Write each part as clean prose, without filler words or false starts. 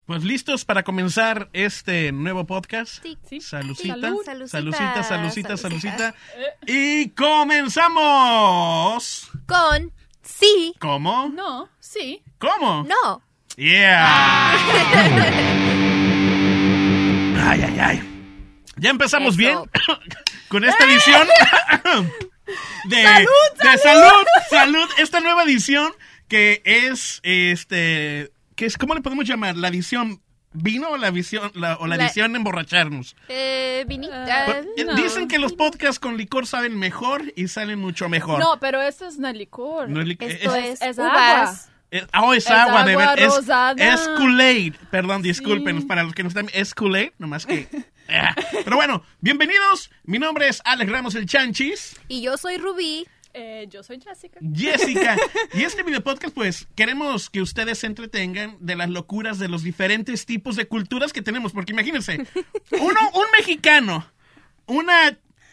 Pues listos para comenzar este nuevo podcast. Sí. Saludcita. Salud. Saludcita. Y comenzamos. Con sí. ¿Cómo? No, sí. ¿Cómo? No. Yeah. Ay. Ya empezamos Eso. bien con esta edición de salud. Esta nueva edición que es ¿cómo le podemos llamar? ¿La edición vino o la edición emborracharnos? Vinita. No. Dicen que los podcasts con licor saben mejor y salen mucho mejor. No, pero eso es no licor. No es Esto es es uvas. es agua, de agua ver. rosada. Es Kool-Aid. Perdón, discúlpenos Sí. para los que no están. Es Kool-Aid, nomás que. Pero bueno, bienvenidos. Mi nombre es Alex Ramos el Chanchis. Y yo soy Rubí. Yo soy Jessica. Jessica. Y este video podcast, pues, queremos que ustedes se entretengan de las locuras de los diferentes tipos de culturas que tenemos. Porque imagínense, un mexicano, una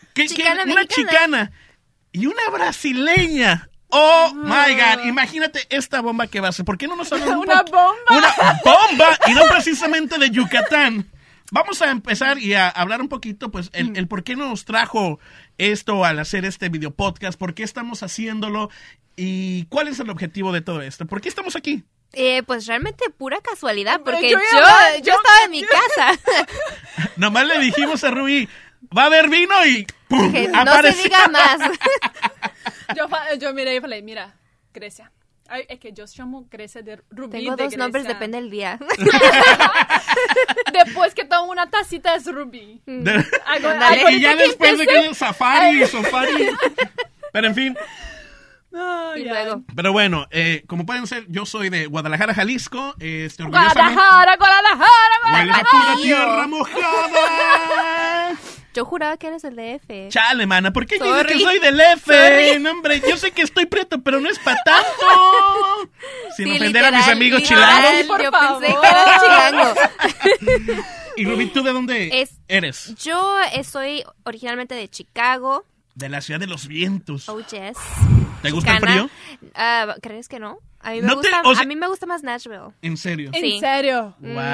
chicana y una brasileña. Oh my God, imagínate esta bomba que va a ser. ¿Por qué no nos hablan Una bomba. Una bomba y no precisamente de Yucatán? Vamos a empezar y a hablar un poquito, pues, el por qué nos trajo esto al hacer este video podcast, por qué estamos haciéndolo y cuál es el objetivo de todo esto. ¿Por qué estamos aquí? Pues realmente pura casualidad, porque Yo yo estaba en mi casa. Nomás le dijimos a Rubí, va a haber vino y ¡pum! Que no se apareció. diga más. Yo miré y falei, mira, Grecia. Ay, es que yo llamo Grecia de Rubí. Tengo de dos nombres, Grecia. depende del día. Después que tomo una tacita es Rubí. Ándale. Y ya después de que safari. Pero en fin. Ay, Y luego. Pero bueno, como pueden ser, yo soy de Guadalajara, Jalisco. Orgullosamente. Guadalajara. Huele a pura tierra mojada. Yo juraba que eres el DF. Chale, mana, ¿por qué dices Sorry. que soy del F? Sorry. No, hombre, yo sé que estoy preto, pero no es para tanto. Sin Sí, ofender a mis literal, amigos literal, chilangos. Por yo favor. pensé que eras chilango. Y Rubí, ¿tú de dónde eres? Yo soy originalmente de Chicago. De la ciudad de los vientos. Oh, yes. ¿Te gusta el Chicana. frío? ¿Crees que no? A mí me No gusta, te- o sea- a mí me gusta más Nashville. ¿En serio? Sí. ¿En serio?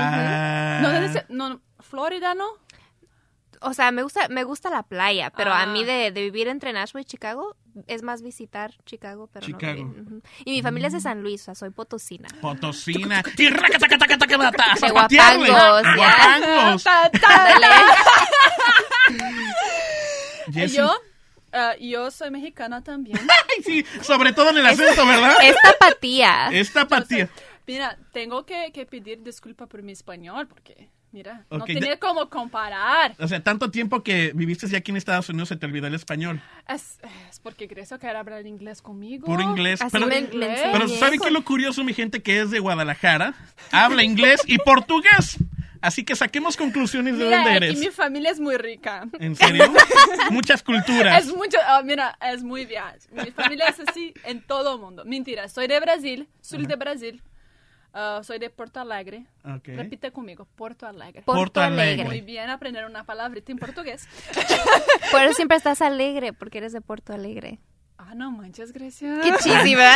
Wow. No, Florida, ¿no? O sea, me gusta la playa, pero a Ah. mí de vivir entre Nashville y Chicago es más visitar Chicago, pero Chicago. no vivir. Ujú. Y mi familia es de San Luis, o sea, soy potosina. Potosina. Y racatacatacatacatacata. De Zapatearle. Guapangos, ya. Guapangos. Ándale. Jessie. Yo soy mexicana también. Ay, sí, sobre todo en el acento, ¿verdad? Es tapatía. Es tapatía. Mira, tengo que pedir disculpa por mi español porque, mira, no Ok, tenía cómo comparar. O sea, tanto tiempo que viviste ya aquí en Estados Unidos se te olvidó el español. Es porque Grecia quiere hablar inglés conmigo. Puro inglés. Así Pero, me pero pero enseñé. ¿saben qué es lo curioso, mi gente, que es de Guadalajara? Habla inglés y portugués. Así que saquemos conclusiones de Mira, dónde aquí eres. mi familia es muy rica. ¿En serio? Muchas culturas. Es mucho, mira, es muy viaje. Mi familia es así en todo el mundo. Mentira, soy de Brasil, sur de Brasil. Soy de Porto Alegre. Ok. Repite conmigo, Porto Alegre. Porto Alegre. Muy bien aprender una palabrita en portugués. Por eso siempre estás alegre, porque eres de Porto Alegre. Ah, no manches, Grecia. Qué chísima.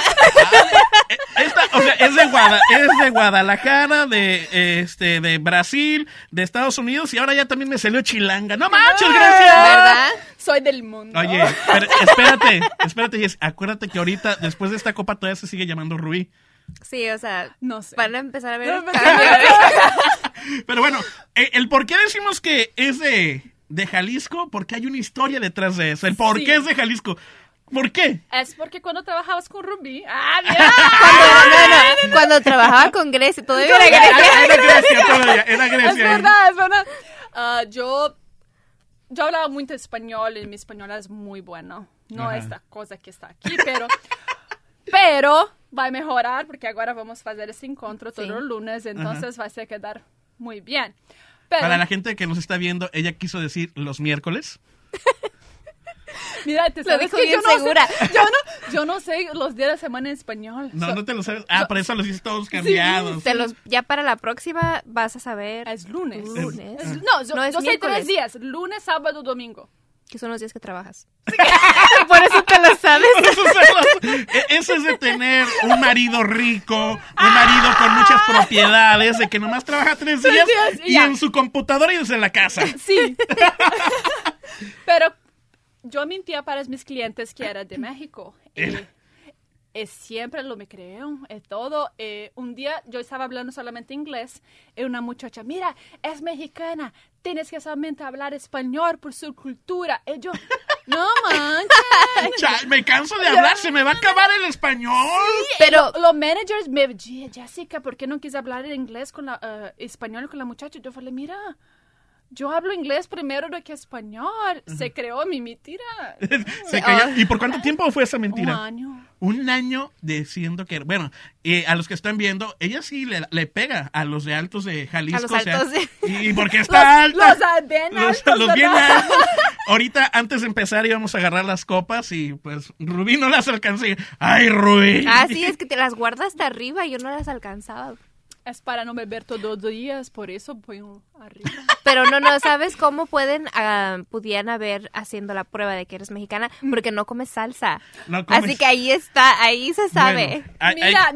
O sea, es de Guadalajara, de Brasil, de Estados Unidos y ahora ya también me salió chilanga. ¡No manches, Grecia! ¿Verdad? Soy del mundo. Oye, pero espérate, Jess. Acuérdate que ahorita, después de esta copa, todavía se sigue llamando Rubí. Sí, o sea, No sé. van a empezar a ver No, el pero- cambio. Pero bueno, el por qué decimos que es de Jalisco, porque hay una historia detrás de eso. El por Sí. qué es de Jalisco. ¿Por qué? Es porque cuando trabajabas con Rubí. Ah, mira. Cuando trabajaba con Grecia, todavía era Grecia. Era Grecia todavía, era Es Grecia. verdad, es verdad. Yo hablaba mucho español y mi español es muy bueno. No Ajá. esta cosa que está aquí, pero va a mejorar porque ahora vamos a hacer ese encuentro todos Sí. los lunes, entonces va a ser quedar muy bien. Pero, Para la gente que nos está viendo, ella quiso decir los miércoles. mira, te Lo sabes dijo que bien yo no segura. yo no sé los días de semana en español. No te lo sabes. Ah, por eso los hiciste todos cambiados. Ya para la próxima vas a saber. Es lunes. Lunes. No, yo No, es sé miércoles. 3 días, lunes, sábado, domingo. Que son los días que trabajas. Por eso te lo sabes. Eso es de tener un marido rico, un marido con muchas propiedades, de que nomás trabaja 3 días y ya. en su computadora y desde la casa. Sí. Pero yo mentía para mis clientes que era de México. Siempre lo me creo, todo. Un día yo estaba hablando solamente inglés y una muchacha, mira, es mexicana, tienes que solamente hablar español por su cultura. Y yo, no manches. Ya, me canso de hablar, se me va a acabar el español. Sí, pero los managers me decían, Jessica, ¿por qué no quieres hablar en inglés con español con la muchacha? Yo falei, mira, yo hablo inglés primero que español. Se creó mi mentira. ¿Y por cuánto tiempo fue esa mentira? 1 año. 1 año diciendo que... Bueno, a los que están viendo, ella sí le pega a los de Altos de Jalisco. A los Altos y porque está alta. Los bien altos. Ahorita, antes de empezar, íbamos a agarrar las copas y pues Rubí no las alcancé. ¡Ay, Rubí! Ah, sí, es que te las guardas hasta arriba y yo no las alcanzaba. Es para no beber todos los días, por eso pongo arriba. Pero no, ¿sabes cómo pudieran haber haciendo la prueba de que eres mexicana? Porque no comes salsa. No comes. Así que ahí está, ahí se sabe. Bueno, Mira,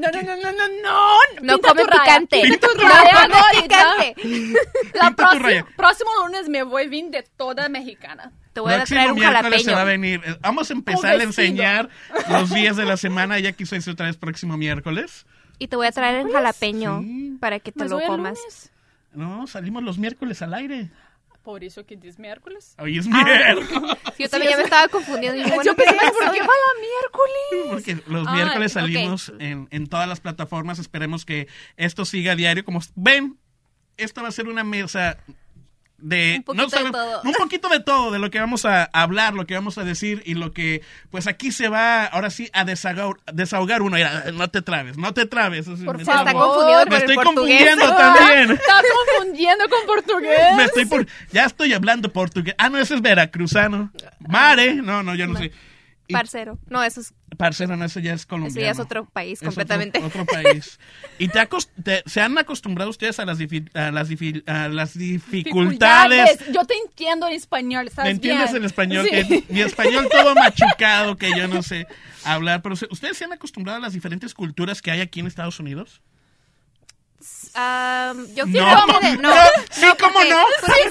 no. No come picante. Pinta tu No raya, come Norita. picante. La raya. próximo lunes me voy bien de toda mexicana. Te voy a Próximo traer un miércoles se va a jalapeño. venir. Vamos a empezar a vestido. enseñar los días de la semana. Ya quiso decir otra vez próximo miércoles. Y te voy a traer un jalapeño Sí. para que te ¿Me lo voy el comas. lunes? No, salimos los miércoles al aire. Por eso que es miércoles. Hoy es miércoles. Sí, yo también ya me estaba confundiendo. Y Yo pensé, ¿por qué va la miércoles? Porque los miércoles ok. salimos en todas las plataformas. Esperemos que esto siga a diario. Como ven, esta va a ser una mesa de... Un poquito de todo. Un poquito de todo, de lo que vamos a hablar, lo que vamos a decir y lo que... Pues aquí se va, ahora sí, a desahogar uno. Mira, no te trabes. Por Se favor. está confundiendo Me con estoy el portugués. confundiendo también. Está confundiendo con portugués. Ya estoy hablando portugués. Ah, no, ese es veracruzano. Mare. No, yo no sé. Y- Parcero. No, eso es Parcero, no, eso ya es colombiano. Eso ya es otro país Es completamente. Otro país. ¿Y se han acostumbrado ustedes a las dificultades? Yo te entiendo en español, ¿Me ¿sabes entiendes bien? en español? Sí. Que mi español todo machucado, que yo no sé hablar. Pero ¿ustedes se han acostumbrado a las diferentes culturas que hay aquí en Estados Unidos? Yo No. creo que No. Sí, ¿cómo no?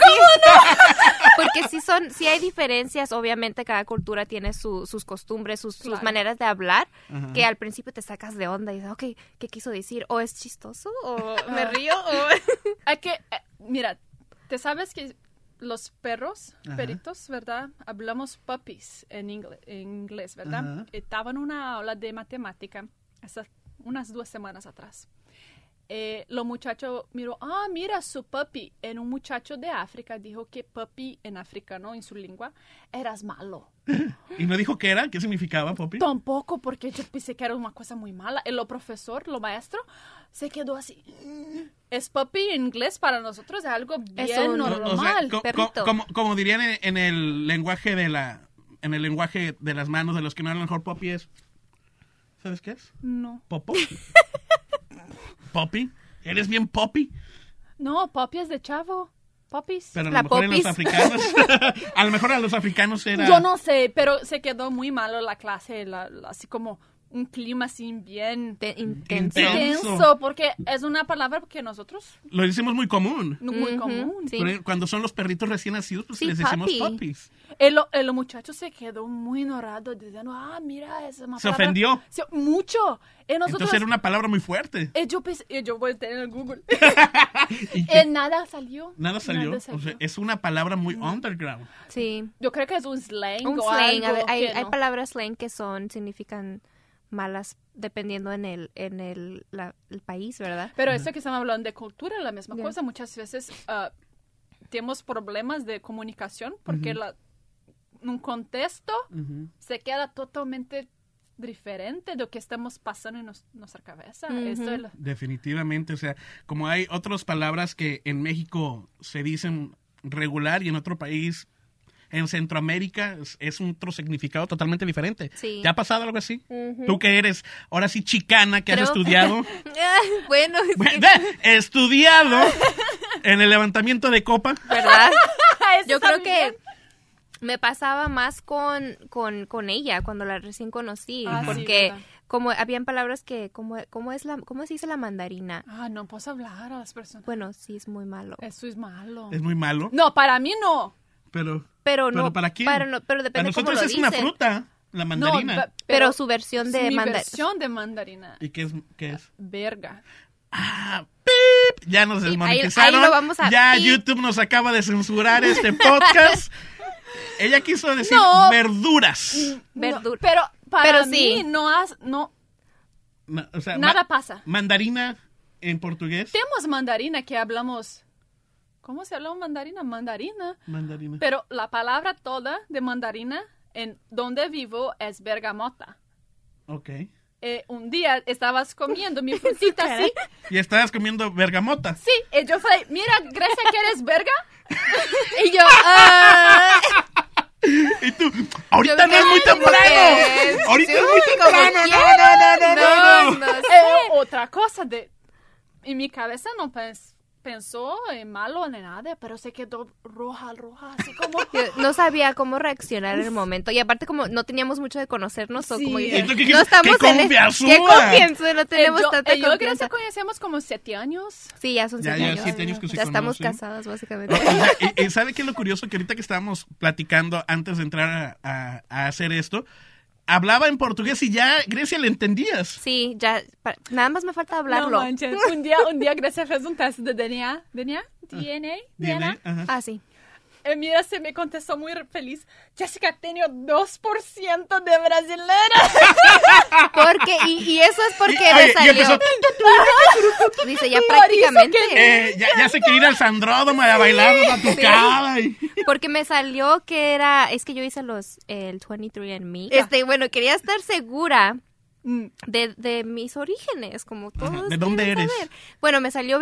Porque sí hay diferencias, obviamente cada cultura tiene sus costumbres, sus Claro. maneras de hablar, Ajá. que al principio te sacas de onda y dices, ok, ¿qué quiso decir? ¿O es chistoso? ¿O me río? Hay que, mira, ¿te sabes que los perros, Ajá. peritos, ¿verdad? Hablamos puppies en inglés, ¿verdad? Ajá. Estaba en una aula de matemática hace unas 2 semanas atrás. Los muchachos miró, mira su puppy. En un muchacho de África dijo que puppy en africano, en su lengua, eras malo. ¿Y no dijo qué era? ¿Qué significaba, Poppy? Tampoco, porque yo pensé que era una cosa muy mala. El maestro, se quedó así. Es puppy en inglés para nosotros es algo bien un- normal. perrito. Como dirían en el lenguaje de las manos de los que no hablan mejor, Poppy es... ¿Sabes qué es? No. ¿Popo? ¿Poppy? ¿Eres bien Poppy? No, puppy es de chavo. Puppies. Pero a La lo mejor en los popis. africanos... a lo mejor a los africanos era... Yo no sé, pero se quedó muy malo la clase, así como un clima así bien Intenso. intenso, porque es una palabra que nosotros Lo decimos muy común. no muy Ujú, común. sí. Pero cuando son los perritos recién nacidos, pues Sí, les decimos puppy. puppies. El muchacho se quedó muy ignorado diciendo, mira, esa es una Se palabra- ofendió. Mucho. Y nosotros, Entonces era una palabra muy fuerte. yo voy a tener el Google. ¿Y qué? Nada salió. Nada salió. O sea, es una palabra muy underground. Sí. Yo creo que es un slang Un o slang. algo Hay que no. palabras slang que significan malas dependiendo en el país, ¿verdad? Pero esto que estamos hablando de cultura es la misma Ya. cosa. Muchas veces tenemos problemas de comunicación porque un contexto se queda totalmente diferente de lo que estamos pasando en nuestra cabeza. Ujú. Esto es Definitivamente. O sea, como hay otras palabras que en México se dicen regular y en otro país, en Centroamérica, es otro significado totalmente diferente. Sí. ¿Te ha pasado algo así? Ujú. Tú que eres, ahora sí, chicana, que has Creo- estudiado... Bueno, es que- estudiado en el levantamiento de copa. ¿verdad? Eso Yo está creo muy bien. que Me pasaba más con ella cuando la recién conocí, Ah, sí, porque ¿verdad? como habían palabras que cómo se dice la mandarina. No puedo hablar a las personas. Bueno, sí es muy malo. Eso es malo. Es muy malo. No, para mí no. Pero no, ¿para quién? pero Para depende cómo nosotros lo es una dicen. fruta, la mandarina. No, Pero su versión de mi mandarina. versión de mandarina. ¿Y qué es? Verga. ¡Pip! Ya nos ahí desmonetizaron. lo vamos a Ya pip. YouTube nos acaba de censurar este podcast. Ella quiso decir No. verduras. Verdura. Pero para Pero mí sí. no, O sea, nada pasa. mandarina en portugués. Tenemos mandarina que hablamos. ¿Cómo se habla mandarina? Mandarina. Mandarina. Pero la palabra toda de mandarina en donde vivo es bergamota. Ok. Un día estabas comiendo mi frutita así. Y estabas comiendo bergamota. Sí, y yo falei, mira, Grecia, ¿quieres verga? Y yo, Y tú, ahorita Yo no es muy como temprano. que- Ahorita sí, es muy como temprano. quiera. No. no sé. Otra cosa en mi cabeza no pensó en malo ni nada, pero se quedó roja, así como... Yo no sabía cómo reaccionar en el momento. Y aparte, como no teníamos mucho de conocernos, o Sí. como ¿Y dije, tú qué no estamos qué en confianzuda? ¡Qué confianza! No tenemos tanta yo y confianza. Grecia conocemos como 7 años. Sí, ya son Ya 7 años. 7 años que se Ya estamos conocen. casadas, básicamente. O sea, y ¿sabe qué es lo curioso? Que ahorita que estábamos platicando antes de entrar a hacer esto, hablaba en portugués y ya Grecia le entendías. Sí, ya, nada más me falta hablarlo. No manches, un día Grecia fez un test de DNA. DNA, ajá. Ah, sí. Mira, se me contestó muy feliz. Jessica, tengo 2% de brasilera. Porque, y eso es porque Y- me oye, y salió. empezó, Dice, ya prácticamente. ya se quiere ir al Sandródromo a bailar una tucada. Porque me salió que es que yo hice el 23andMe. Bueno, quería estar segura de mis orígenes, como todos. Ajá, ¿de dónde quieren eres? saber. Bueno, me salió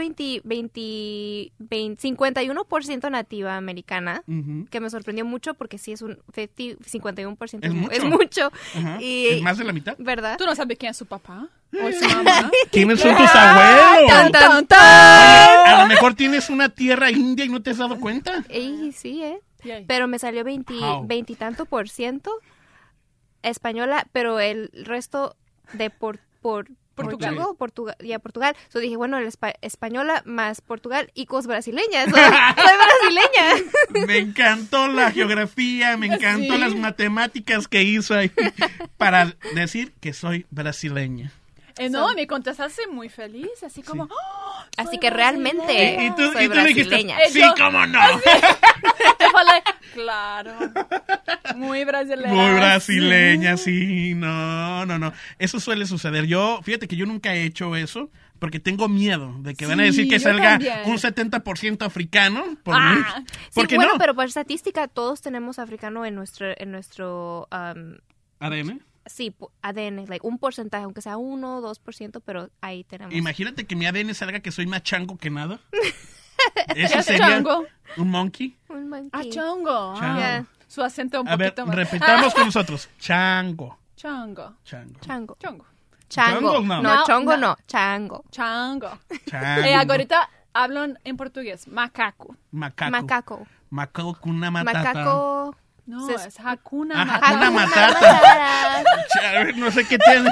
51% nativa americana, Ujú. que me sorprendió mucho porque sí es un 51% Es mucho. es mucho. Ajá. Y, ¿Es más de la mitad? ¿verdad? ¿Tú no sabes quién es su papá? ¿O su mamá? ¿Quiénes son tus abuelos? Tan, tan, tan. Oye, a lo mejor tienes una tierra india y no te has dado cuenta. Y sí, Yay. pero me salió 20 Wow. y tanto por ciento española, pero el resto de Portugal. Portugal. So dije, bueno, española más Portugal y cos brasileña. Soy brasileña. Me encantó la geografía, me encantó Sí. las matemáticas que hizo ahí para decir que soy brasileña. No, me contestaste muy feliz, así como... "Oh, Así soy que realmente brasileña". Y tú soy le dijiste, brasileña. sí, cómo no. Yo falei, claro, muy brasileña. Muy brasileña, sí, no. Eso suele suceder. Fíjate que yo nunca he hecho eso porque tengo miedo de que van a decir Sí, que yo salga también. un 70% africano por Ah. mí. Sí, ¿Por qué bueno, no? pero por estadística todos tenemos africano en nuestro ADN. sí, ADN, like un porcentaje, aunque sea 1 o 2%, pero ahí tenemos. Imagínate que mi ADN salga que soy más chango que nada. ¿Qué Eso es sería chango? un monkey. Un monkey. Ah, chango. Chango. Ya. Su acento un A ver, poquito más. repitamos con nosotros. Chango. Chango. Chango. Chango. Chango. Chango. Changos no. No, chongo No. no, chango. Chango. Chango. Ahorita hablan en portugués. Macaco. Macaco. Macaco. Macaco Hakuna Matata. Macaco. No, Se- es Hakuna Ah, Matata. Hakuna Hakuna Matata. Matata. A ver, no sé qué tiene.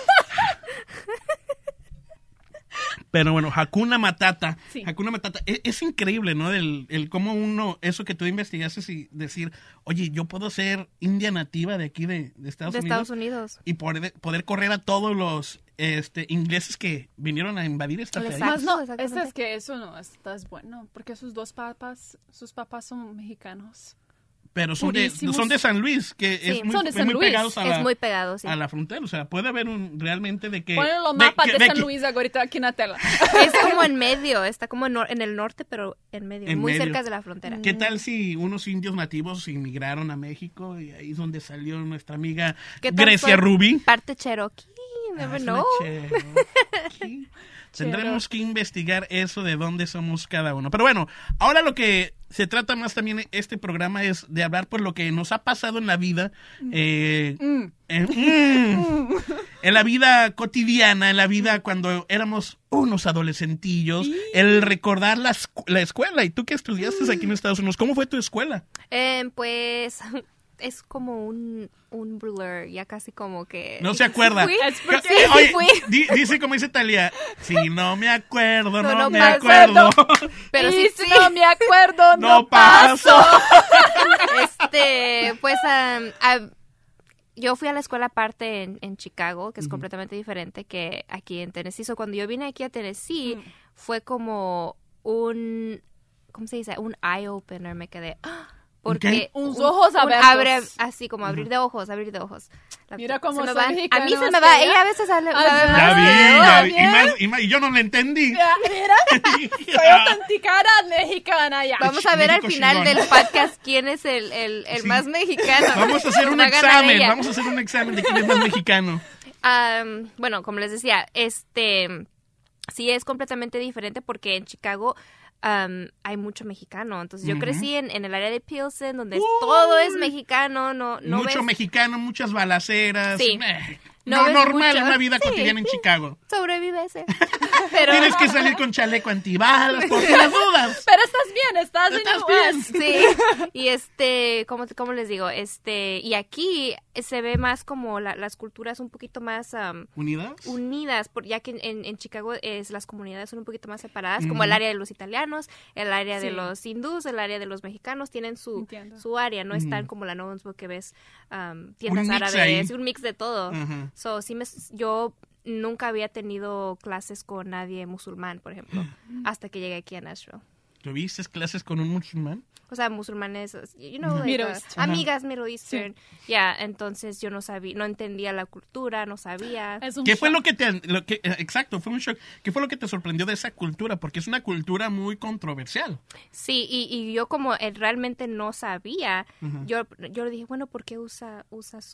Pero bueno, Hakuna Matata. Sí. Hakuna Matata. Es increíble, ¿no? El cómo uno, eso que tú investigaste y decir, oye, yo puedo ser india nativa de aquí de Estados De Unidos. Estados Unidos. Y poder correr a todos los ingleses que vinieron a invadir esta país. Exacto. Más no, Exactamente. es que eso no es bueno, porque sus papás son mexicanos. Pero son purísimos. de San Luis, que Sí, es muy, son de es San muy Luis. pegados Es muy pegado, sí. a la frontera. O sea, puede haber realmente de que... Ponen los mapas de que- San Luis ahorita aquí en la tela. Es como en medio, está como en el norte, pero en medio, En muy medio. cerca de la frontera. ¿Qué tal si unos indios nativos inmigraron a México y ahí es donde salió nuestra amiga ¿Qué tal Grecia soy Rubí? Parte Cherokee, never Es una know. Cherokee. Tendremos que investigar eso de dónde somos cada uno. Pero bueno, ahora lo que se trata más también, este programa es de hablar por lo que nos ha pasado en la vida, en la vida cotidiana, en la vida cuando éramos unos adolescentillos, el recordar la escuela. ¿Y tú qué estudiaste aquí en Estados Unidos? ¿Cómo fue tu escuela? Pues es como un blur, ya casi como que... No se acuerda. Sí, fui. Dice como dice Talia, si no me acuerdo, no me acuerdo. Pero si no me acuerdo, no paso. Pues yo fui a la escuela aparte en Chicago, que es completamente diferente que aquí en Tennessee. So, cuando yo vine aquí a Tennessee, fue como ¿cómo se dice? Un eye-opener, me quedé... Porque unos ojos abiertos. Así como abrir de ojos. Mira cómo se me van. A mí se me va. Ella a veces sale. Ya vi. Y yo no le entendí. Mira. Soy autenticada mexicana ya. Vamos a ver México al final chingón. del podcast quién es el más mexicano. Vamos a hacer un examen. Vamos a hacer un examen de quién es más mexicano. Bueno, como les decía, sí es completamente diferente porque en Chicago hay mucho mexicano. Entonces yo crecí en el área de Pilsen, donde todo es mexicano. Mucho mexicano, muchas balaceras. Sí. No normal, mucho. una vida cotidiana en Chicago. Sobrevive ese. Tienes que salir con chaleco antibalas por si las dudas. Pero estás bien, estás bien. Sí. Y ¿cómo les digo? Y aquí se ve más como las culturas un poquito más unidas, ya que en Chicago las comunidades son un poquito más separadas, como el área de los italianos, el área de los hindús, el área de los mexicanos, tienen su área, no es tan como la Nowensville que ves tiendas árabes, un mix de todo. So, yo nunca había tenido clases con nadie musulmán, por ejemplo, hasta que llegué aquí a Nashville. ¿Tuviste clases con un musulmán? O sea, musulmanes, amigas Middle Eastern. Entonces yo no entendía la cultura, no sabía. ¿Qué fue exacto, fue un shock. ¿Qué fue lo que te sorprendió de esa cultura? Porque es una cultura muy controversial. Sí, y yo como realmente no sabía, yo le dije, bueno, ¿por qué usa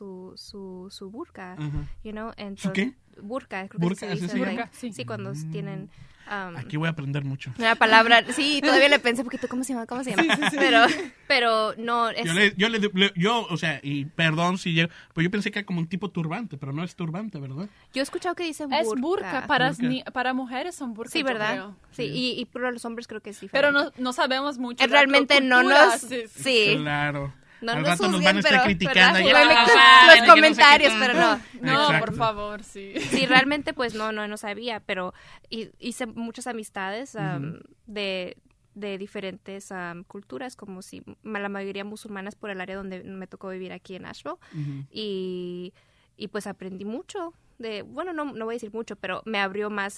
su burka? Entonces, ¿Su qué? Burka, creo burka, que se dice. Burka, sí, cuando tienen... Aquí voy a aprender mucho. Una palabra, sí, todavía le pensé un poquito, ¿cómo se llama? Sí. Pero no es... Yo, o sea, y perdón si yo... Pues yo pensé que era como un tipo turbante, pero no es turbante, ¿verdad? Yo he escuchado que dicen burka. Es burka, para mujeres son burka. Sí, ¿verdad? Creo. Sí, y para los hombres creo que es diferente. Pero no sabemos mucho. Realmente no nos... Sí. Claro. No Al nos rato nos juzguen, van a estar criticando. Los comentarios, pero no. No, Exacto. por favor, sí. Sí, realmente pues no sabía, pero hice muchas amistades de diferentes culturas, como si la mayoría musulmanas por el área donde me tocó vivir aquí en Nashville. Y pues aprendí mucho. No voy a decir mucho, pero me abrió más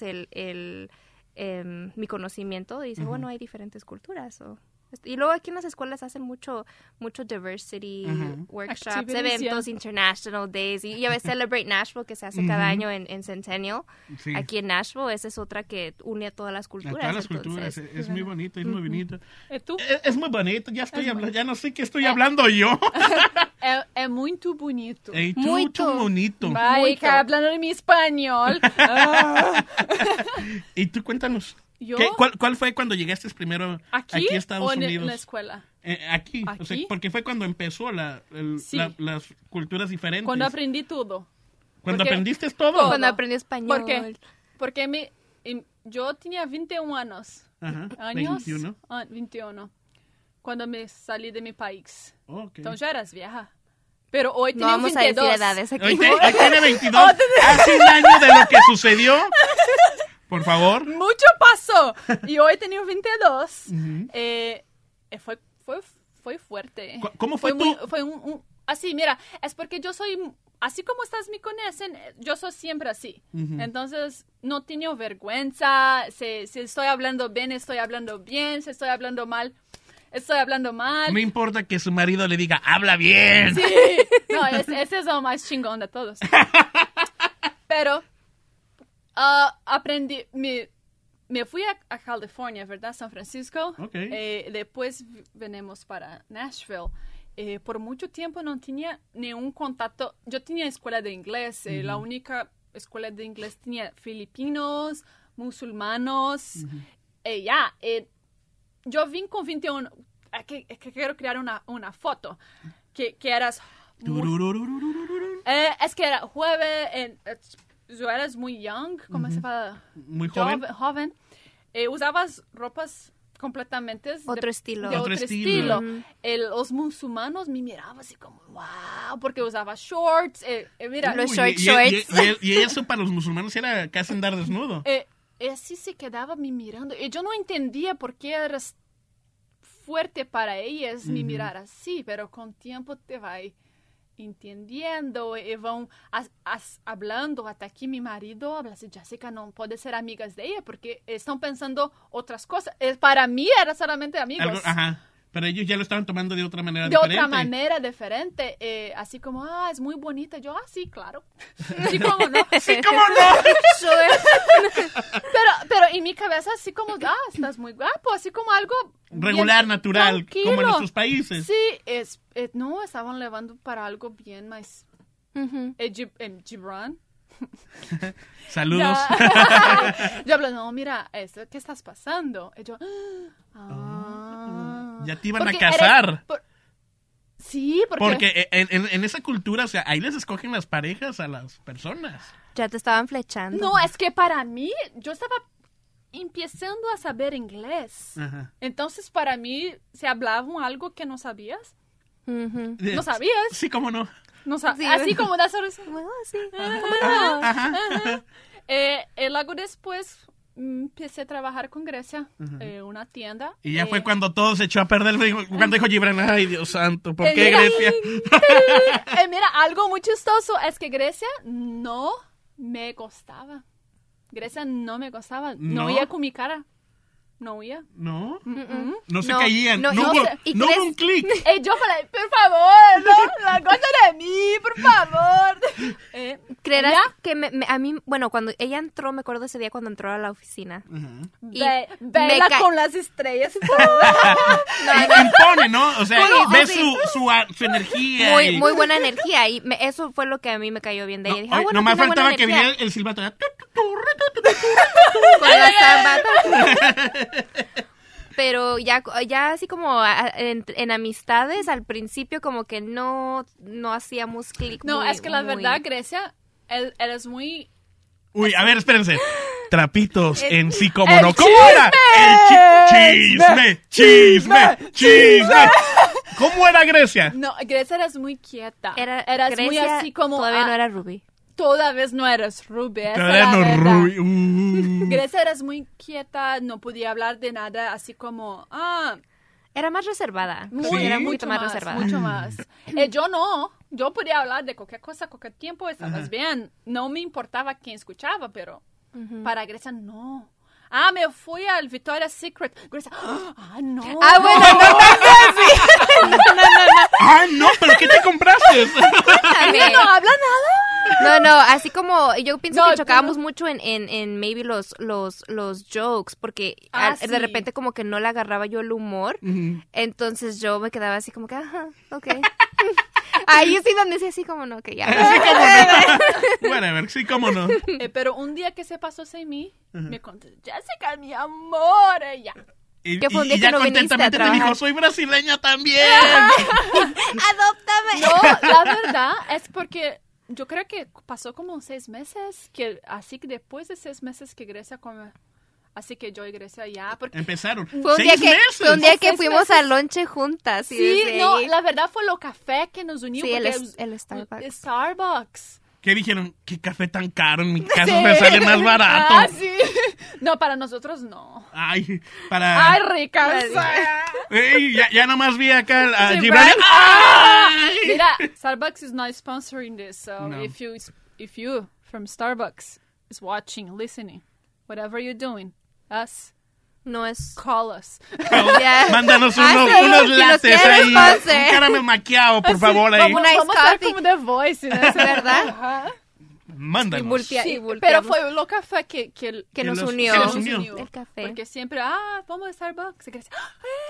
mi conocimiento. Y dice, bueno, hay diferentes culturas. Y luego aquí en las escuelas hacen mucho diversity workshops, eventos, international days. Y ya ves Celebrate Nashville, que se hace cada año en Centennial. Sí. Aquí en Nashville, esa es otra que une a todas las culturas. A todas las culturas. Es muy bonito, es muy bonito. ¿Y tú? Es muy bonito, ya no sé qué estoy hablando yo. Es muy bonito. Muy bonito. Vai, hablando en mi español. Y tú cuéntanos. ¿Cuál fue cuando llegaste primero aquí a Estados Unidos? En la escuela? Aquí. O sea, porque fue cuando empezó las culturas diferentes. Cuando aprendí todo. ¿Cuando aprendiste todo? Cuando aprendí español. ¿Por qué? Porque yo tenía 21 años. Ajá, 21. 21. Cuando me salí de mi país. Okay. Entonces ya eras vieja. Pero hoy tengo 22. No vamos a decir edades aquí. Hoy tiene 22. Hace un año de lo que sucedió. Por favor. Mucho pasó. Y hoy he tenido 22. Fue fuerte. ¿Cómo fue tú? Así, mira, es porque yo soy... Así como ustedes me conocen, yo soy siempre así. Entonces, no tengo vergüenza. Si estoy hablando bien, estoy hablando bien. Si estoy hablando mal, estoy hablando mal. No importa que su marido le diga, habla bien. Sí. No, ese es lo más chingón de todos. Pero... aprendí, me fui a California, ¿verdad? San Francisco. Okay. Después venimos para Nashville. Por mucho tiempo no tenía ningún contacto. Yo tenía escuela de inglés. La única escuela de inglés tenía filipinos, musulmanos. Yo vine con 21. es que quiero crear una foto. Que eras... es que era yo eras muy young, ¿cómo se llama? Muy joven. Joven. Usabas ropas completamente otro estilo. De otro estilo. Los musulmanes me miraban así como, wow, porque usaba shorts. Mira, los shorts. Y eso para los musulmanes era casi andar desnudo. Así se quedaba me mirando. Y yo no entendía por qué eras fuerte para ellas me mirar así, pero con tiempo te va entendiendo y van hablando. Hasta aquí mi marido habla así, Jessica no puede ser amigas de ella porque están pensando otras cosas. Para mí era solamente amigos. Pero ellos ya lo estaban tomando de otra manera diferente. De otra manera diferente. Así como, es muy bonita. Yo, sí, claro. Sí, cómo no. Sí, cómo no. pero en mi cabeza, así como, estás muy guapo. Así como algo... regular, bien, natural, tranquilo. como en nuestros países. Sí, no, estaban levando para algo bien más... Gibran. Saludos. Yo hablo, no, mira, ¿qué estás pasando? Y yo, ya te iban a casar. Sí, porque en esa cultura, o sea, ahí les escogen las parejas a las personas. Ya te estaban flechando. No, es que para mí, yo estaba empezando a saber inglés. Entonces, para mí, se hablaba algo que no sabías. ¿No sabías? Sí, cómo no. No así como da sorpresa. Bueno, sí. Luego después empecé a trabajar con Grecia, una tienda. Y ya fue cuando todo se echó a perder, cuando dijo Gibran, ay Dios santo, ¿por qué Grecia? Mira, algo muy chistoso es que Grecia no me gustaba. Grecia no me gustaba. No iba con mi cara. No oía. ¿No? No se caían. No hubo un clic. Yo falei, por favor, no, la cosa de mí, por favor. ¿Creerás que a mí, bueno, cuando ella entró, me acuerdo ese día cuando entró a la oficina. Vela con las estrellas. Impone, ¿no? O sea, ves su energía. Muy buena energía. Y eso fue lo que a mí me cayó bien de ella. Dije, bueno, nomás faltaba que viniera el silbato. Con la zambata. Pero ya así como en amistades, al principio como que no hacíamos clic. No, es que la verdad, Grecia, eres muy... Uy, a ver, espérense. Trapitos en sí como no. ¿Cómo era? Chisme. ¿Cómo era Grecia? No, Grecia eras muy quieta. Eras Grecia, muy así como... Todavía no era Ruby. Todavía no eres Ruby. Grecia eras muy quieta, no podía hablar de nada, así como... Era más reservada. Era mucho más reservada. Mucho más. Yo no. Yo podía hablar de cualquier cosa, cualquier tiempo, estabas bien. No me importaba quién escuchaba, pero para Grecia no. Me fui al Victoria's Secret. Grecia, no. Bueno, no. No, pero ¿qué te compraste? No habla nada. No, así como yo pienso que chocábamos mucho en maybe los jokes, porque de repente como que no le agarraba yo el humor, entonces yo me quedaba así como que, ok. Ahí sí donde decía así como no, que ya. Sí, como no. Whatever, sí, como no. Pero un día que se pasó sin mí, me contó, Jessica, mi amor, ella. Y ya no contentamente te dijo, soy brasileña también. Adóptame. No, la verdad es porque yo creo que pasó como 6 meses, así que después de 6 meses que Grecia come. Así que yo y Grecia ya... Porque empezaron. Fue un día que fuimos al lonche juntas. Sí, la verdad fue lo café que nos unió. Sí, el Starbucks. El Starbucks. ¿Qué dijeron? ¿Qué café tan caro? En mi casa me sale más barato. Sí. No, para nosotros no. Ay, ricas. Ya nomás vi acá a Gibran. Mira, Starbucks is not sponsoring this, so no. if you from Starbucks is watching, listening, whatever you're doing, no es... Call us. Mándanos unos lattes ahí. Un caramel maquiao, por favor. Ahí. Vamos a hacer como The Voice, ¿no? ¿Verdad? Mándanos. Pero fue lo café que nos unió. Que nos unió. El café. Porque siempre, vamos a Starbucks.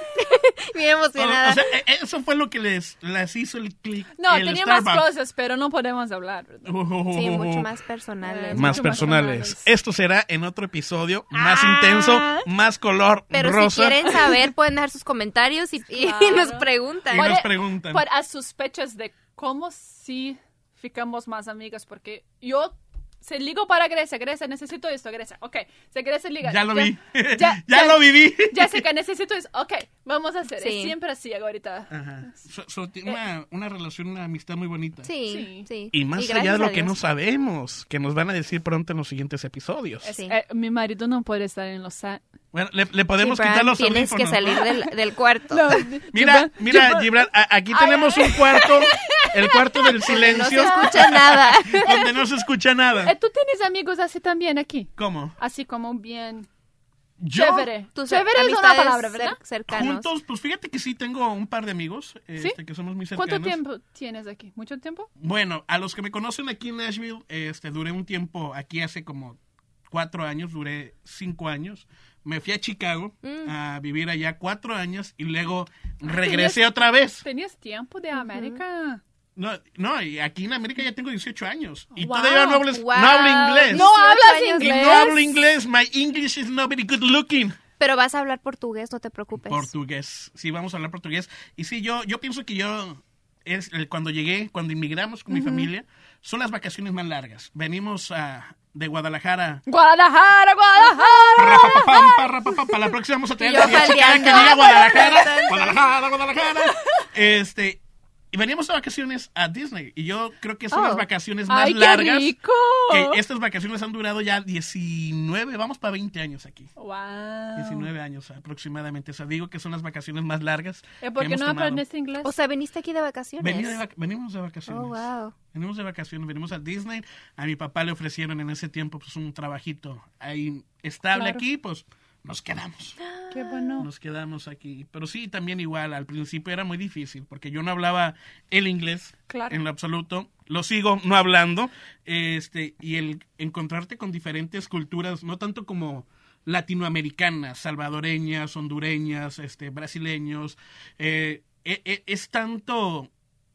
Bien emocionada. O sea, eso fue lo que les hizo el click. No, el tenía Starbucks. más cosas, pero no podemos hablar, ¿verdad? Sí, mucho más personales. Más personales. Esto será en otro episodio, más intenso, más color pero rosa. Si quieren saber, pueden dejar sus comentarios y nos preguntan. Y nos preguntan. Por a sospechas de cómo si ficamos más amigas, porque yo se ligo para Grecia, necesito esto, Grecia, ok, se Grecia liga. Ya lo vi, ya lo viví. Jessica, necesito esto, ok, vamos a hacer, sí. Es siempre así ahorita. Ajá. Tiene una relación, una amistad muy bonita. Sí. Y más allá de lo que no sabemos, que nos van a decir pronto en los siguientes episodios. Sí. Mi marido no puede estar en los... Bueno, le podemos quitar los tienes audífonos. Tienes que salir del cuarto. No, mira, Gibran, aquí tenemos un cuarto, el cuarto del silencio. No se escucha nada. Donde no se escucha nada. ¿Tú tienes amigos así también aquí? ¿Cómo? Así como bien... ¿Yo? Chévere. Chévere es una palabra, ¿verdad? Cercanos. Juntos, pues fíjate que sí tengo un par de amigos que somos muy cercanos. ¿Cuánto tiempo tienes aquí? ¿Mucho tiempo? Bueno, a los que me conocen aquí en Nashville, duré un tiempo aquí hace como 4 años, duré 5 años. Me fui a Chicago a vivir allá 4 años y luego regresé otra vez. ¿Tenías tiempo de América? No, y aquí en América ya tengo 18 años. Y Wow. todavía no hablo inglés. ¿No hablas inglés? Y no hablo inglés. My English is not very good looking. Pero vas a hablar portugués, no te preocupes. Portugués. Sí, vamos a hablar portugués. Y sí, yo pienso que cuando inmigramos con mi familia, son las vacaciones más largas. Venimos de Guadalajara. Guadalajara. Para la próxima vamos a tener Yo la que diga Guadalajara. Y veníamos de vacaciones a Disney. Y yo creo que son las vacaciones más largas. ¡Qué rico! Que estas vacaciones han durado ya 19, vamos para 20 años aquí. Wow. 19 años aproximadamente. O sea, digo que son las vacaciones más largas. ¿Por qué no aprendes inglés? O sea, ¿viniste aquí de vacaciones? Venimos de vacaciones. Oh, wow. Venimos de vacaciones, venimos a Disney. A mi papá le ofrecieron en ese tiempo pues un trabajito ahí estable aquí, pues nos quedamos. Qué bueno. Nos quedamos aquí. Pero sí, también igual, al principio era muy difícil porque yo no hablaba el inglés en lo absoluto. Lo sigo no hablando. Y el encontrarte con diferentes culturas, no tanto como latinoamericanas, salvadoreñas, hondureñas, brasileños, es tanto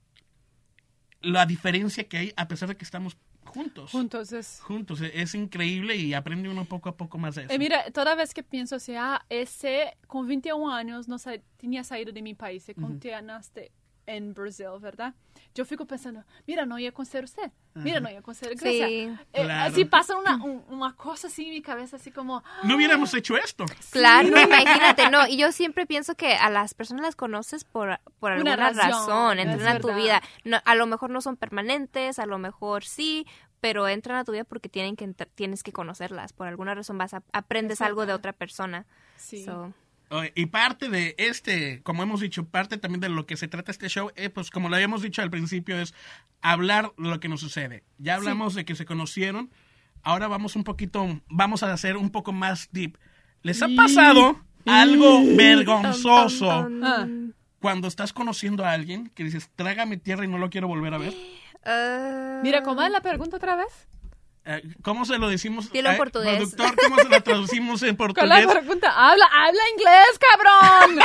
la diferencia que hay a pesar de que estamos juntos. Es increíble y aprende uno poco a poco más de eso. Mira, toda vez que pienso así, con 21 años no tenía saído de mi país, te naste en Brasil, ¿verdad? Yo fico pensando, mira, no iba a conocer usted, mira, no iba a conocer Grecia. Sí. Claro. Así pasa una cosa así en mi cabeza, así como... No hubiéramos hecho esto. Claro, imagínate, no. Y yo siempre pienso que a las personas las conoces por alguna razón, entran a tu vida. No, a lo mejor no son permanentes, a lo mejor sí, pero entran a tu vida porque tienes que conocerlas. Por alguna razón aprendes algo de otra persona. Sí. Y parte de como hemos dicho, parte también de lo que se trata este show, pues como lo habíamos dicho al principio, es hablar lo que nos sucede. Ya hablamos de que se conocieron, ahora vamos a hacer un poco más deep. ¿Les ha pasado algo vergonzoso cuando estás conociendo a alguien que dices, trágame tierra y no lo quiero volver a ver? Mira, ¿cómo es la pregunta otra vez? ¿Cómo se lo decimos? Dilo en portugués. Productor, ¿cómo se lo traducimos en portugués? Con la pregunta, habla inglés, cabrón.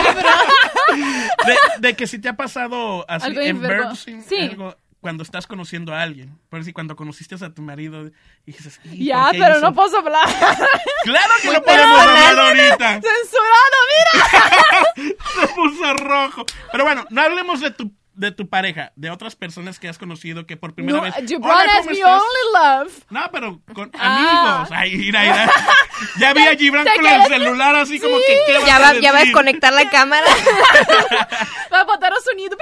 de que si te ha pasado así algo embarrassing, sí. algo cuando estás conociendo a alguien. Por decir, cuando conociste a tu marido y dices, ya, pero no puedo hablar. Claro que no podemos hablar ahorita. Censurado, mira. Se puso rojo. Pero bueno, no hablemos de tu pareja, de otras personas que has conocido que por primera vez... Gibran es mi only love. No, pero con amigos. Ay, mira. Ya vi a Gibran con el celular así como que... ¿qué ya vas a va a decir? desconectar la cámara. Va a botar un sonido.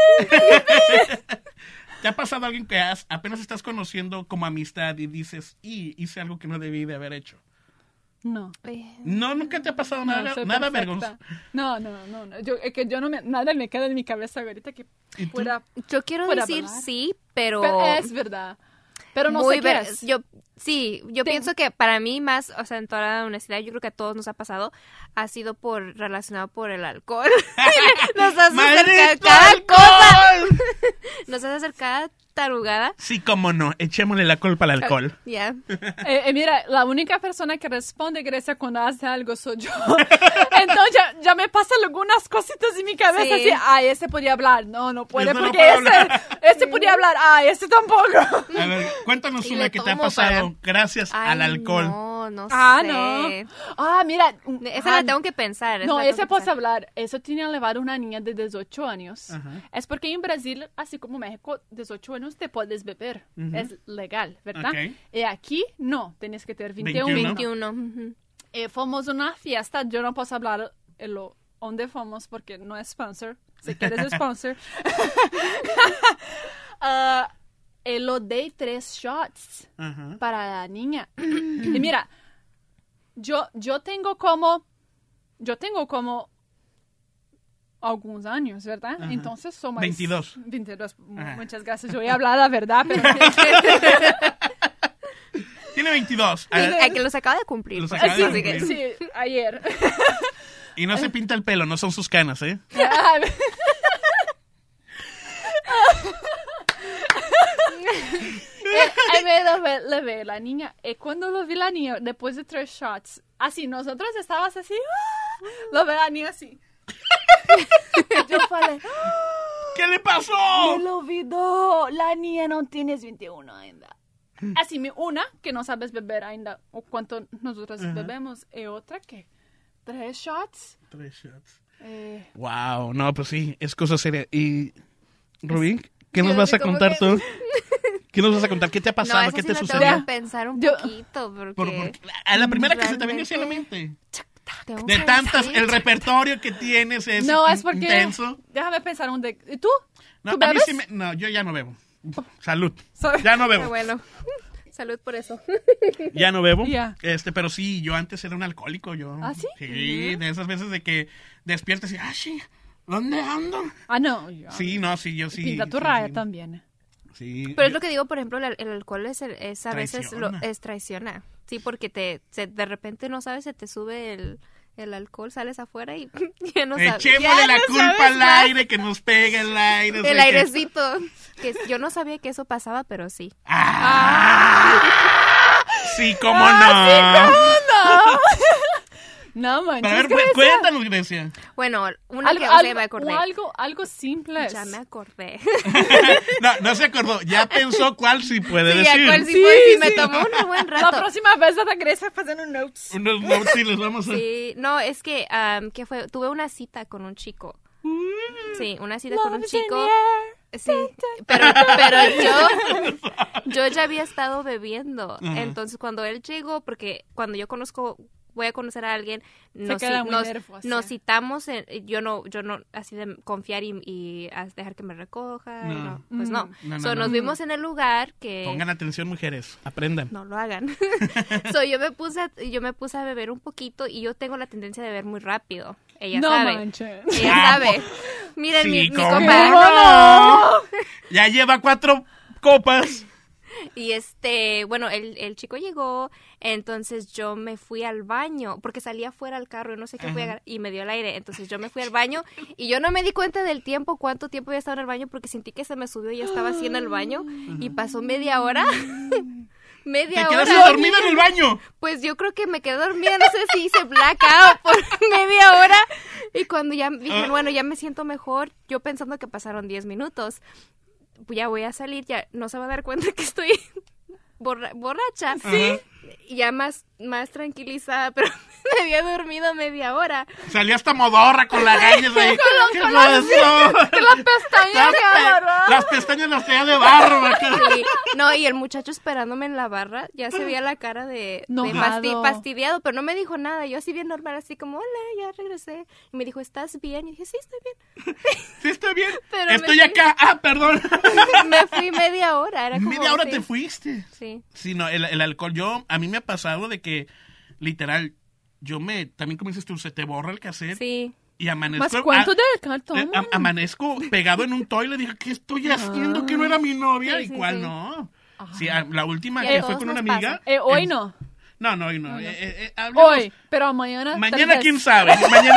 ¿Te ha pasado alguien que apenas estás conociendo como amistad y dices, hice algo que no debí de haber hecho? No. No, nunca te ha pasado nada vergonzoso. No. Yo nada me queda en mi cabeza ahorita que pueda. Yo quiero decir hablar. Sí, pero es verdad. Pero no sé qué es. Yo pienso que para mí más, o sea, en toda la honestidad, yo creo que a todos nos ha pasado, ha sido relacionado por el alcohol. Nos hace acercar cada cosa. Nos hace acercar tarugada. Sí, cómo no, echémosle la culpa al alcohol. Ya. Mira, la única persona que responde Grecia cuando hace algo soy yo. Entonces ya me me pasan algunas cositas en mi cabeza así, ese podía hablar, no puede, porque ese podía hablar, ese tampoco. A ver, cuéntanos una que te ha pasado gracias al alcohol. No sé. Mira. Esa la tengo que pensar. No, ese puedo hablar. Eso tiene que llevar una niña de 18 años. Es porque en Brasil, así como México, 18 años te puedes beber. Es legal, ¿verdad? Okay. Y aquí, no, tienes que tener 21. 21. Fuimos a una fiesta, yo no puedo hablar dónde fuimos porque no es sponsor. Si quieres sponsor. Lo de 3 shots para la niña. Y mira, yo tengo como algunos años, ¿verdad? Entonces somos 22. Muchas gracias. Yo voy a hablar la verdad, pero tiene 22. A que los acaba de cumplir. Sí, ayer. Y no se pinta el pelo, no son sus canas, ¿eh? Le ve la niña. Y cuando lo vi la niña, después de 3 shots, así, nosotros estábamos así, lo ve la niña así. Yo falei, ¿qué le pasó? Me lo olvidó. La niña no tienes 21 ainda. Así, una que no sabes beber ainda, o cuánto nosotros bebemos, y otra que 3 shots. 3 shots. Wow, no, pues sí, es cosa seria. Y, Rubín, ¿qué nos vas a contar tú? ¿Qué nos vas a contar? ¿Qué te ha pasado? ¿Qué te sucedió? Tengo que pensar un poquito, porque a la primera que se te venga hacia la mente. De tantas, el repertorio que tienes es porque, intenso. Déjame pensar ¿y tú? No, ¿Tú bebes? A mí sí no, yo ya no bebo. Salud. Ya no bebo. Qué bueno. Salud por eso. Ya no bebo. Yeah. Pero sí, yo antes era un alcohólico. ¿Ah, sí? Sí, de esas veces de que despiertas y, sí, ¿dónde ando? No. Sí, yo sí. Pinta tu raya también. Sí. Pero es lo que digo, por ejemplo, el alcohol es a veces traiciona. Sí, porque de repente no sabes, se te sube el alcohol, sales afuera y ya no sabes. Echémosle la culpa al aire, que nos pegue el aire. El airecito. Que yo no sabía que eso pasaba, pero sí. Sí, cómo no. Sí, cómo no. No manches. A ver, cuéntanos, Grecia. Bueno, me acordé. Algo simple. Ya me acordé. No se acordó. Ya pensó cuál sí puede decir. Cuál sí puede decir. Me tomó un buen rato. La próxima vez a Grecia pasando unos notes. Unos notes sí les vamos a... Sí, no, es que tuve una cita con un chico. Sí, una cita con un chico. Sí, pero yo ya había estado bebiendo. Entonces, cuando él llegó, porque cuando yo voy a conocer a alguien, nos citamos, yo no así de confiar y dejar que me recoja, pues no. Nos vimos en el lugar que... Pongan atención, mujeres, aprendan. No lo hagan. Yo me puse a beber un poquito y yo tengo la tendencia de beber muy rápido. Ella sabe. Manches. Ella sabe. Miren, sí, mi ¿cómo copa. No? Ya lleva 4 copas. Y bueno, el chico llegó, entonces yo me fui al baño, porque salía fuera al carro y no sé qué fui a agarrar, y me dio el aire, entonces yo me fui al baño y yo no me di cuenta del tiempo, cuánto tiempo había estado en el baño, porque sentí que se me subió y ya estaba así en el baño, y pasó media hora. ¿Te quedaste dormida en el baño? Pues yo creo que me quedé dormida, no sé si hice blackout por media hora, y cuando ya dije, bueno, ya me siento mejor, yo pensando que pasaron 10 minutos, ya voy a salir, ya no se va a dar cuenta que estoy borracha. Sí. Ya más tranquilizada, pero me había dormido media hora. Salí hasta modorra con la gaña ahí. Con las pestañas. Las pestañas las tenía de barro. Sí. No, y el muchacho esperándome en la barra, ya se veía la cara de fastidiado, pero no me dijo nada. Yo así bien normal, así como, hola, ya regresé. Y me dijo, ¿estás bien? Y dije, sí, estoy bien. Sí, estoy bien. Pero estoy acá. Perdón. Me fui media hora. Era como, ¿media hora te fuiste? Sí. Sí, no, el alcohol, a mí me ha pasado de que, literal, también como dices tú, se te borra el cassette. Sí. Y amanezco... ¿Cuánto del cartón? Amanezco pegado en un toile, dije, ¿qué estoy haciendo? Que no era mi novia. Sí, ¿Y cuál no? Sí, la última que fue con una amiga... Hoy no. No, hoy no. Hoy, pero mañana... Mañana quién sabe.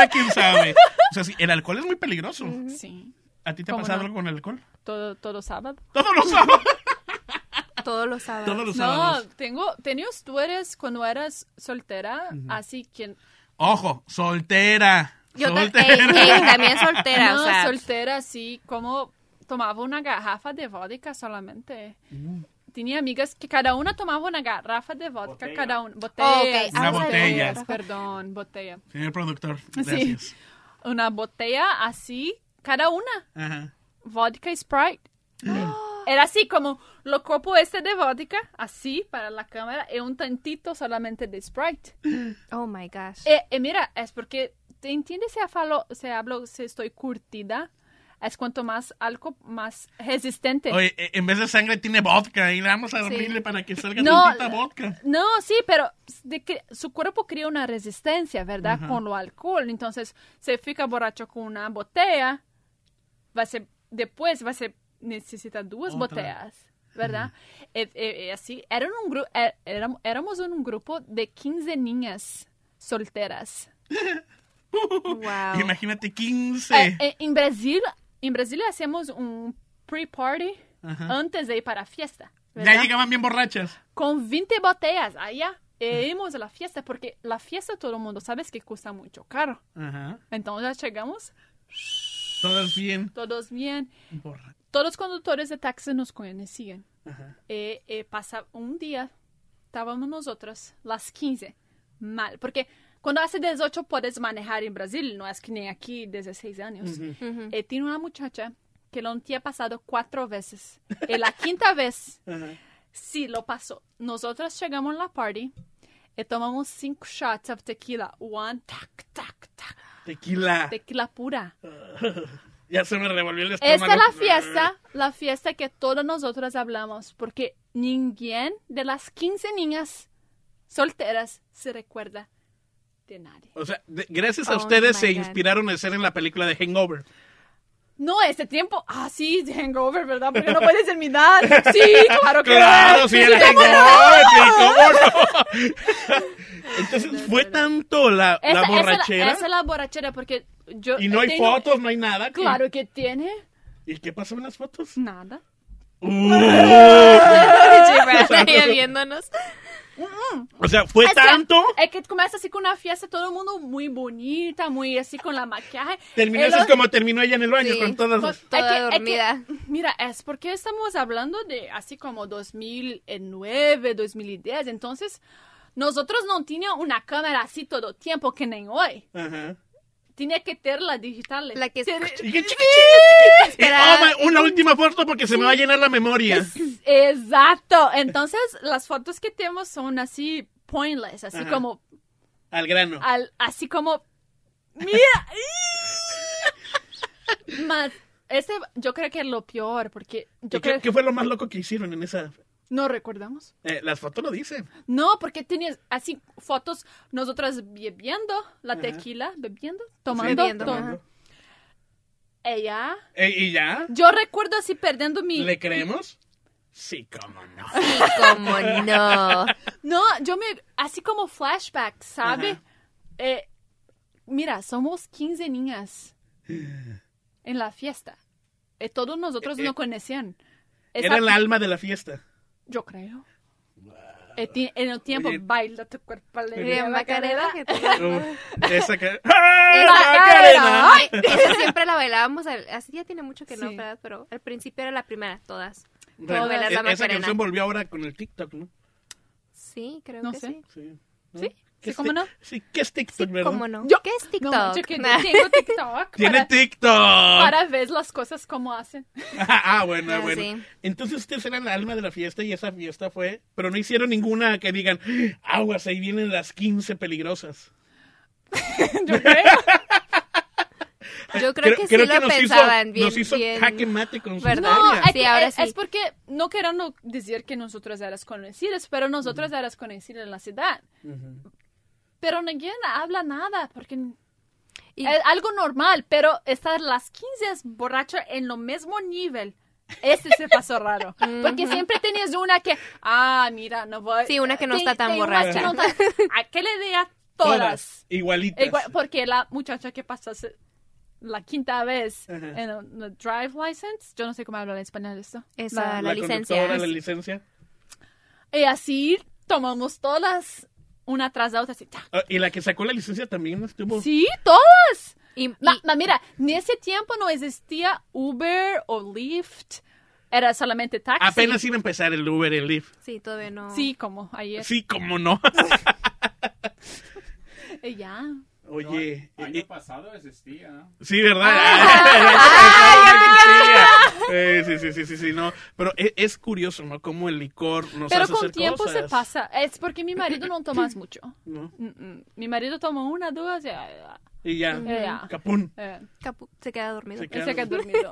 O sea, sí, el alcohol es muy peligroso. Sí. ¿A ti te ha pasado algo con el alcohol? Todo sábado. Todos los sábados. Todos los sábados. No, tenías tú cuando eras soltera, así que... Ojo, soltera. Yo también soltera, no, o sea. soltera, sí, como tomaba una garrafa de vodka solamente. Tenía amigas que cada una tomaba una garrafa de vodka, cada una. Botellas. Una botella. Perdón, botella. Señor productor, gracias. Sí, una botella así, cada una. Ajá. Vodka y Sprite. Era así como lo copo de vodka, así para la cámara, y un tantito solamente de Sprite. Oh my gosh. Mira, es porque, ¿te entiendes si estoy curtida? Es cuanto más algo más resistente. Oye, en vez de sangre tiene vodka y le vamos a abrirle para que salga tantita vodka. No, sí, pero su cuerpo crea una resistencia, ¿verdad? Con lo alcohol. Entonces, se fica borracho con una botella, después necesita dos botellas, ¿verdad? Así, éramos un grupo de 15 niñas solteras. Wow. Imagínate 15. En Brasil hacemos un pre-party antes de ir para la fiesta, ¿verdad? Ya llegaban bien borrachas. Con 20 botellas, allá. Íbamos a la fiesta, porque la fiesta todo el mundo sabe que cuesta mucho caro. Ajá. Entonces llegamos. Todos bien. Todos bien. Borrachos. Todos los conductores de taxi nos conocían. Ajá. Pasa un día, estábamos nosotros, las 15, mal. Porque cuando hace 18 puedes manejar en Brasil, no es que ni aquí 16 años. Tiene una muchacha que lo había pasado 4 veces. Y la quinta vez, sí, lo pasó. Nosotros llegamos a la party y tomamos 5 shots of tequila. One, tac, tac, tac. Tequila pura. Ya se me revolvió el estómago. Esta es la fiesta que todos nosotros hablamos, porque ninguém de las 15 niñas solteras se recuerda de nadie. O sea, gracias a ustedes se inspiraron a hacer en la película de Hangover. No, este tiempo, sí, de Hangover, ¿verdad? Porque no puedes terminar. Sí, claro que claro, sí, el Hangover, sí, ¿cómo no? Entonces, fue tanto la borrachera. Esa es la borrachera, porque yo... Y no hay fotos, no hay nada. Claro que tiene. ¿Y qué pasó en las fotos? Nada. Viéndonos. O sea, fue tanto. Es que comienza así con una fiesta, todo el mundo muy bonita, muy así con la maquillaje. Terminaste como terminó ella en el baño, con todas. Toda dormida. Mira, es porque estamos hablando de así como 2009, 2010. Entonces, nosotros no teníamos una cámara así todo el tiempo que ni hoy. Ajá. Tenía que tener la digital. La que una última foto porque se me va a llenar la memoria. Exacto. Entonces, las fotos que tenemos son así pointless, así como... Al grano. Así como... ¡Mira! Más, yo creo que es lo peor, porque... ¿Qué fue lo más loco que hicieron en esa...? No recordamos. Las fotos lo dicen. No, porque tenías así fotos, nosotras bebiendo la tequila, tomando. Ella. ¿Y ya? Yo recuerdo así perdiendo mi... ¿Le creemos? Sí, cómo no. Sí, cómo no. No, así como flashback, ¿sabe? Mira, somos 15 niñas en la fiesta. Todos nosotros nos conocían. Era el alma de la fiesta. Yo creo. En el tiempo, baila tu cuerpo alegre, Macarena. Esa Macarena. Esa siempre la bailábamos. Así ya tiene mucho que no, ¿verdad? Pero al principio era la primera, todas. Bailar la Macarena. Esa canción volvió ahora con el TikTok, ¿no? Sí, creo que sí. ¿No? ¿Sí? ¿Sí, cómo no? Sí, ¿qué es TikTok, sí, verdad? ¿Cómo no? ¿Qué es TikTok? No, yo tengo TikTok. Tiene TikTok. Para ver las cosas como hacen. Bueno. Sí. Entonces ustedes eran la alma de la fiesta y esa fiesta fue... Pero no hicieron ninguna que digan, aguas, ahí vienen las 15 peligrosas. Yo creo que sí lo pensaban bien. Nos hizo jaque mate con su historia. Sí, ahora sí. Es porque no queremos decir que nosotros eras conocidas, pero nosotros eras conocidas en la ciudad. Pero nadie habla nada, porque es algo normal, pero estar las 15 borrachas en lo mismo nivel, se pasó raro. Porque siempre tenías una que, mira, no voy. Sí, una que no está tan borracha. ¿A qué le di a todas? Igualitas. Porque la muchacha que pasó la quinta vez en el drive license, yo no sé cómo hablar en español esto. La licencia. La licencia. Y así tomamos todas una tras la otra. Así, ¿Y la que sacó la licencia también estuvo? Sí, todas. Mira, en ese tiempo no existía Uber o Lyft. Era solamente taxi. Apenas iba a empezar el Uber y el Lyft. Sí, todavía no. Sí, como ayer. Sí, como no. Ya. Oye. No, año pasado existía. Sí, ¿verdad? Sí, no. Pero es curioso, ¿no? Cómo el licor nos Pero hace con hacer tiempo cosas. se pasa. Es porque mi marido no toma mucho. ¿No? Mi marido toma 1, 2 Y ya. Ya. Capún. Se queda dormido. Se queda- Se queda dormido.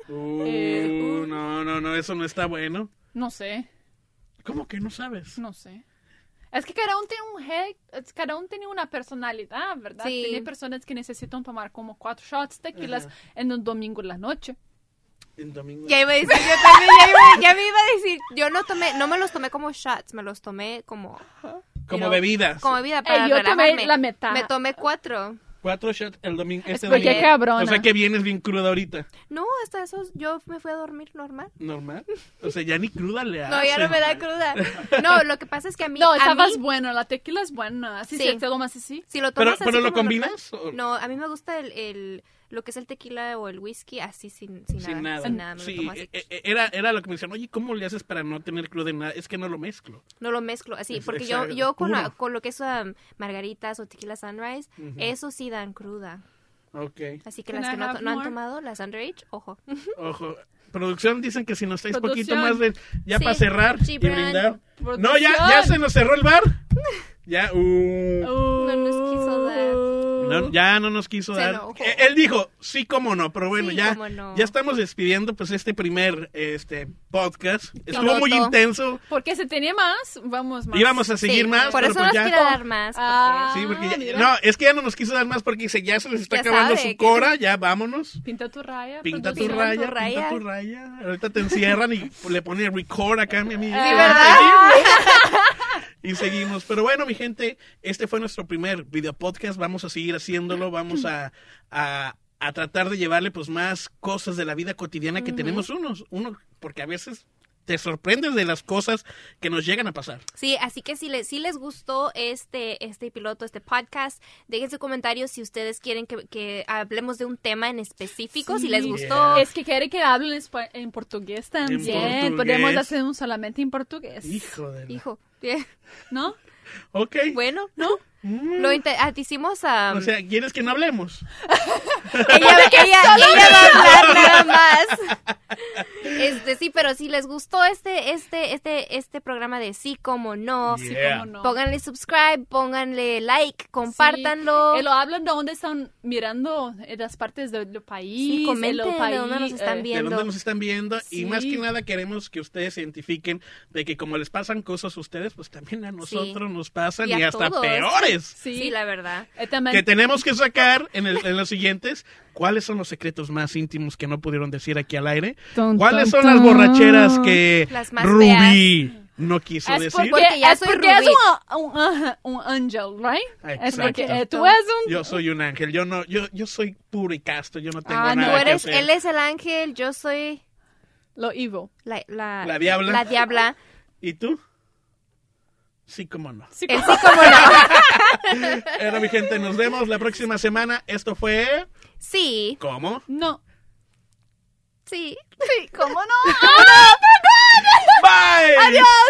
No, eso no está bueno. No sé. ¿Cómo que no sabes? No sé. Es que cada uno tiene una personalidad, ¿verdad? Sí. Tiene personas que necesitan tomar como 4 shots de tequilas en un domingo en la noche. El domingo. Ya iba a decir, yo también, ya me iba a decir, yo no me los tomé como shots, me los tomé como... Como bebidas. Como bebida para yo tomé relajarme. la mitad. Me tomé 4. 4 shots el domingo. Este Porque domingo. cabrona. O sea que vienes bien cruda ahorita. No, hasta eso yo me fui a dormir normal. Normal. O sea, ya ni cruda le hace. No, ya no me da cruda. No, lo que pasa es que a mí... No, a estabas mí, bueno, la tequila es buena. Así Sí. se te tomas así. si lo Pero tomas así lo como combinas. normal, ¿O? no, a mí me gusta lo que es el tequila o el whisky así sin nada. Sin nada, me lo Sí, tomo así. era lo que me decían, oye, ¿cómo le haces para no tener cruda en nada? Es que no lo mezclo. No lo mezclo así, Es- porque es yo con puro. con lo que es margaritas o tequila sunrise, eso sí dan cruda. Ok. Así que Can las I que no have han more? tomado, las underage, ojo. Ojo. Producción dicen que si nos estáis poquito Producción. más de... Ya Sí. para cerrar y Gibran. brindar. Producción. No, ya se nos cerró el bar. Ya, No nos quiso dar. no, ya no nos quiso Se dar. enojó. Él dijo, sí, cómo no, pero bueno, Sí, ya, cómo no. ya estamos despidiendo pues este primer podcast. Estuvo Piloto. muy intenso. Porque si tenía más, vamos más. Íbamos a seguir Sí, más, por pero eso pues nos ya... quiere dar más. Ah. Sí, porque ya- mira. no, es que ya no nos quiso dar más porque dice, ya se les está Ya acabando sabe su que- cora, ya vámonos. Pinta tu raya. Pinta tu producción. raya, tu raya. pinta tu raya. Ahorita te encierran y le pone record acá, mi amigo. Sí, ¿verdad? Y seguimos. Pero bueno, mi gente, este fue nuestro primer video podcast. Vamos a seguir haciéndolo. Vamos a tratar de llevarle pues más cosas de la vida cotidiana que tenemos uno, porque a veces te sorprendes de las cosas que nos llegan a pasar. Sí, así que si les gustó este piloto, este podcast, dejen su comentario si ustedes quieren que hablemos de un tema en específico, si les gustó. Es que quiere que hablen en portugués también. portugués. Podemos hacer un solamente en portugués. Hijo de... Hijo, ¿No? Ok. bueno, ¿No? hicimos O sea, ¿quieres que no hablemos? ella va a hablar nada más. Sí, pero si les gustó este programa de sí como no, Yeah. ¿Cómo no? pónganle subscribe, pónganle like, compártanlo. Sí. Lo hablan de dónde están mirando, en las partes del país. Sí, comenten en los de dónde nos están De viendo. dónde nos están viendo y Sí. más que nada queremos que ustedes identifiquen de que como les pasan cosas a ustedes, pues también a nosotros nos pasan y a hasta todos. peores. Sí, la verdad. También, Que tenemos que sacar en los siguientes cuáles son los secretos más íntimos que no pudieron decir aquí al aire. Tun, ¿Cuáles tun, son las tun. borracheras que Las más Rubí no quiso es decir? porque ya es soy porque es Rubí. un ángel, right? Es Exacto. porque tú eres un... Yo soy un ángel, yo soy puro y casto, yo no tengo Ah, no, nada que Él hacer. es el ángel, yo soy Lo evil. La diabla. La diabla. ¿Y tú? Sí, cómo no. Sí, El sí como no. Bueno, mi gente, nos vemos la próxima semana. Esto fue... Sí, ¿Cómo? No. sí. ¿Cómo no? Bye. Adiós.